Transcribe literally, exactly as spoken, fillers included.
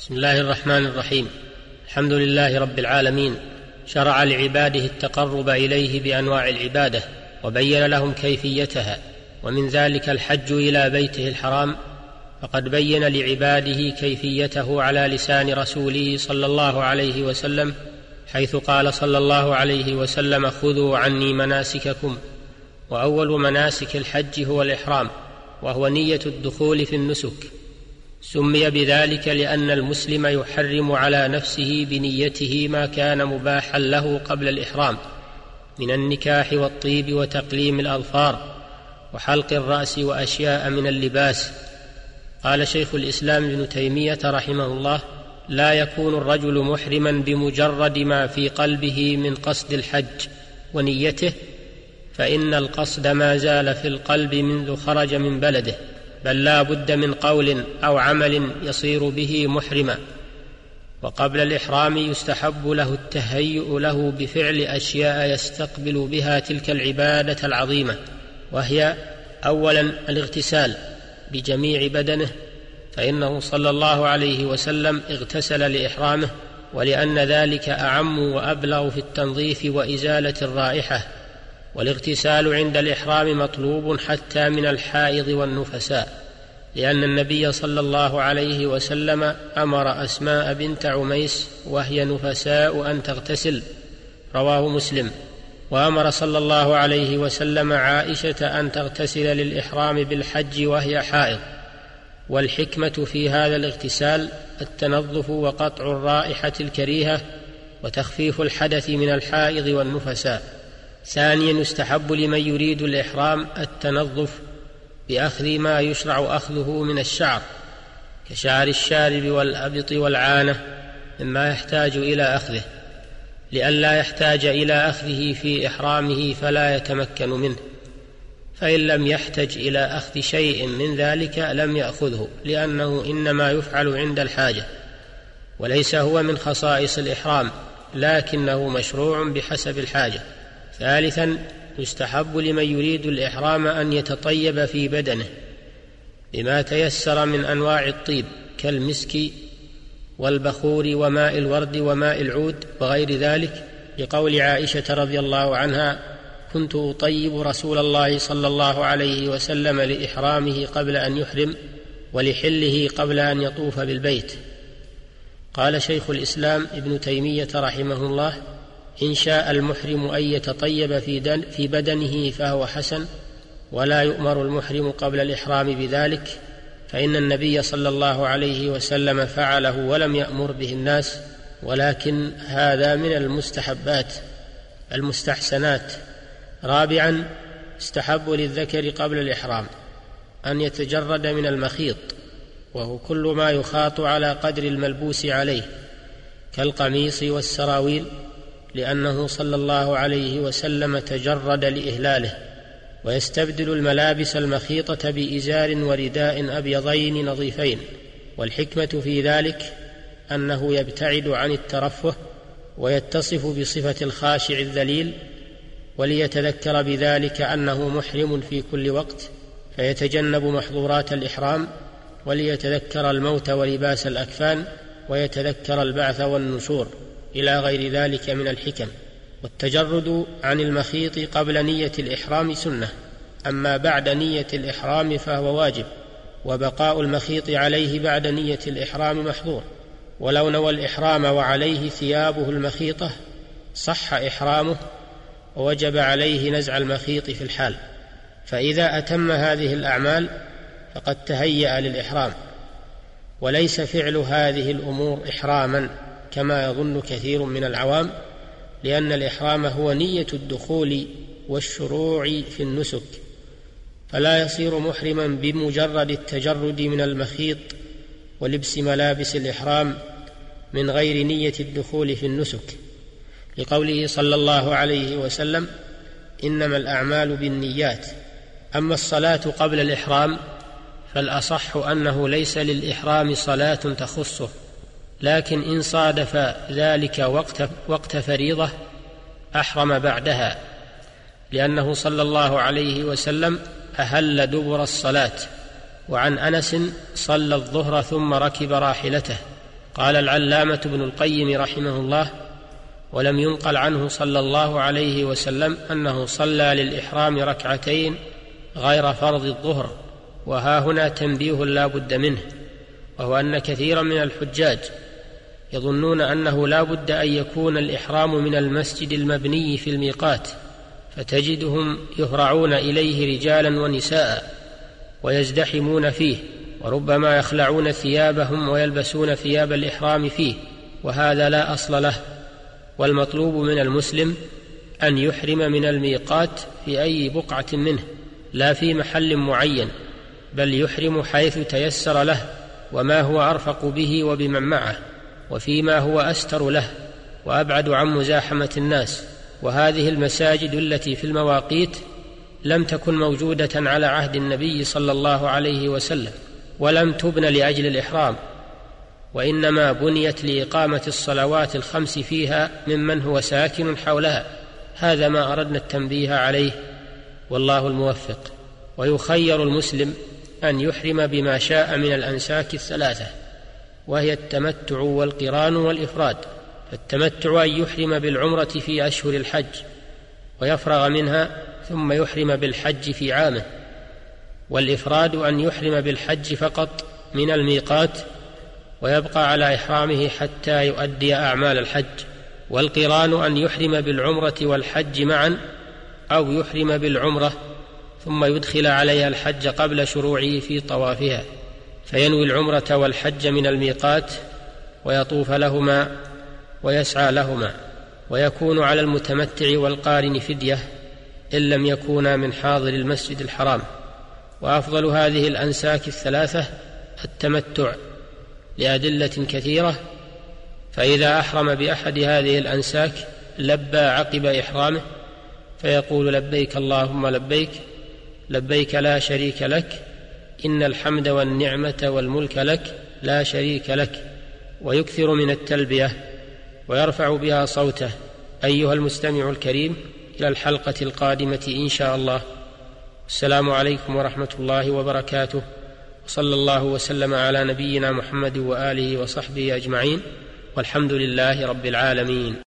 بسم الله الرحمن الرحيم. الحمد لله رب العالمين، شرع لعباده التقرب إليه بأنواع العبادة وبين لهم كيفيتها، ومن ذلك الحج إلى بيته الحرام، فقد بين لعباده كيفيته على لسان رسوله صلى الله عليه وسلم، حيث قال صلى الله عليه وسلم: خذوا عني مناسككم. وأول مناسك الحج هو الإحرام، وهو نية الدخول في النسك. سمي بذلك لأن المسلم يحرم على نفسه بنيته ما كان مباحا له قبل الإحرام من النكاح والطيب وتقليم الأظفار وحلق الرأس وأشياء من اللباس. قال شيخ الإسلام ابن تيمية رحمه الله: لا يكون الرجل محرما بمجرد ما في قلبه من قصد الحج ونيته، فإن القصد ما زال في القلب منذ خرج من بلده، بل لا بد من قول أو عمل يصير به محرما. وقبل الإحرام يستحب له التهيؤ له بفعل أشياء يستقبل بها تلك العبادة العظيمة، وهي أولا الاغتسال بجميع بدنه، فإنه صلى الله عليه وسلم اغتسل لإحرامه، ولأن ذلك أعم وأبلغ في التنظيف وإزالة الرائحة. والاغتسال عند الإحرام مطلوب حتى من الحائض والنفساء، لأن النبي صلى الله عليه وسلم أمر أسماء بنت عميس وهي نفساء أن تغتسل، رواه مسلم. وأمر صلى الله عليه وسلم عائشة أن تغتسل للإحرام بالحج وهي حائض. والحكمة في هذا الاغتسال التنظف وقطع الرائحة الكريهة وتخفيف الحدث من الحائض والنفساء. ثانيا يستحب لمن يريد الإحرام التنظف بأخذ ما يشرع أخذه من الشعر، كشعر الشارب والأبط والعانة، مما يحتاج إلى أخذه، لئلا يحتاج إلى أخذه في إحرامه فلا يتمكن منه. فإن لم يحتج إلى أخذ شيء من ذلك لم يأخذه، لأنه إنما يفعل عند الحاجة، وليس هو من خصائص الإحرام، لكنه مشروع بحسب الحاجة. ثالثا يستحب لمن يريد الإحرام أن يتطيب في بدنه بما تيسر من أنواع الطيب كالمسك والبخور وماء الورد وماء العود وغير ذلك، لقول عائشة رضي الله عنها: كنت أطيب رسول الله صلى الله عليه وسلم لإحرامه قبل أن يحرم ولحله قبل أن يطوف بالبيت. قال شيخ الإسلام ابن تيمية رحمه الله: إن شاء المحرم أن يتطيب في بدنه فهو حسن، ولا يؤمر المحرم قبل الإحرام بذلك، فإن النبي صلى الله عليه وسلم فعله ولم يأمر به الناس، ولكن هذا من المستحبات المستحسنات. رابعا استحب للذكر قبل الإحرام أن يتجرد من المخيط، وهو كل ما يخاط على قدر الملبوس عليه كالقميص والسراويل، لأنه صلى الله عليه وسلم تجرد لإهلاله. ويستبدل الملابس المخيطة بإزار ورداء أبيضين نظيفين، والحكمة في ذلك أنه يبتعد عن الترفه ويتصف بصفة الخاشع الذليل، وليتذكر بذلك أنه محرم في كل وقت فيتجنب محظورات الإحرام، وليتذكر الموت ولباس الأكفان، ويتذكر البعث والنشور، إلى غير ذلك من الحكم. والتجرد عن المخيط قبل نية الإحرام سنة، أما بعد نية الإحرام فهو واجب، وبقاء المخيط عليه بعد نية الإحرام محظور. ولو نوى الإحرام وعليه ثيابه المخيطة صح إحرامه، ووجب عليه نزع المخيط في الحال، فإذا أتم هذه الأعمال فقد تهيأ للإحرام. وليس فعل هذه الأمور إحراما كما يظن كثير من العوام، لأن الإحرام هو نية الدخول والشروع في النسك، فلا يصير محرما بمجرد التجرد من المخيط ولبس ملابس الإحرام من غير نية الدخول في النسك، لقوله صلى الله عليه وسلم: إنما الأعمال بالنيات. أما الصلاة قبل الإحرام فالأصح أنه ليس للإحرام صلاة تخصه، لكن إن صادف ذلك وقت, وقت فريضة أحرم بعدها، لأنه صلى الله عليه وسلم أهل دبر الصلاة. وعن أنس: صلى الظهر ثم ركب راحلته، قال العلامة ابن القيم رحمه الله: ولم ينقل عنه صلى الله عليه وسلم أنه صلى للإحرام ركعتين غير فرض الظهر. وها هنا تنبيه لا بد منه، وهو أن كثيرا من الحجاج يظنون أنه لا بد أن يكون الإحرام من المسجد المبني في الميقات، فتجدهم يهرعون إليه رجالا ونساء ويزدحمون فيه، وربما يخلعون ثيابهم ويلبسون ثياب الإحرام فيه، وهذا لا أصل له. والمطلوب من المسلم أن يحرم من الميقات في أي بقعة منه، لا في محل معين، بل يحرم حيث تيسر له وما هو أرفق به وبمن معه، وفيما هو أستر له وأبعد عن مزاحمة الناس. وهذه المساجد التي في المواقيت لم تكن موجودة على عهد النبي صلى الله عليه وسلم، ولم تبن لأجل الإحرام، وإنما بنيت لإقامة الصلوات الخمس فيها ممن هو ساكن حولها. هذا ما أردنا التنبيه عليه، والله الموفق. ويخير المسلم أن يحرم بما شاء من الأنساك الثلاثة، وهي التمتع والقران والإفراد. فالتمتع أن يحرم بالعمرة في أشهر الحج ويفرغ منها ثم يحرم بالحج في عامه، والإفراد أن يحرم بالحج فقط من الميقات ويبقى على إحرامه حتى يؤدي أعمال الحج، والقران أن يحرم بالعمرة والحج معا، أو يحرم بالعمرة ثم يدخل عليها الحج قبل شروعه في طوافها، فينوي العمرة والحج من الميقات ويطوف لهما ويسعى لهما. ويكون على المتمتع والقارن فدية إن لم يكونا من حاضر المسجد الحرام. وأفضل هذه الأنساك الثلاثة التمتع لأدلة كثيرة، فإذا أحرم بأحد هذه الأنساك لبى عقب إحرامه فيقول: لبيك اللهم لبيك، لبيك لا شريك لك، إن الحمد والنعمة والملك لك لا شريك لك، ويكثر من التلبية ويرفع بها صوته. أيها المستمع الكريم، إلى الحلقة القادمة إن شاء الله. السلام عليكم ورحمة الله وبركاته، وصلى الله وسلم على نبينا محمد وآله وصحبه أجمعين، والحمد لله رب العالمين.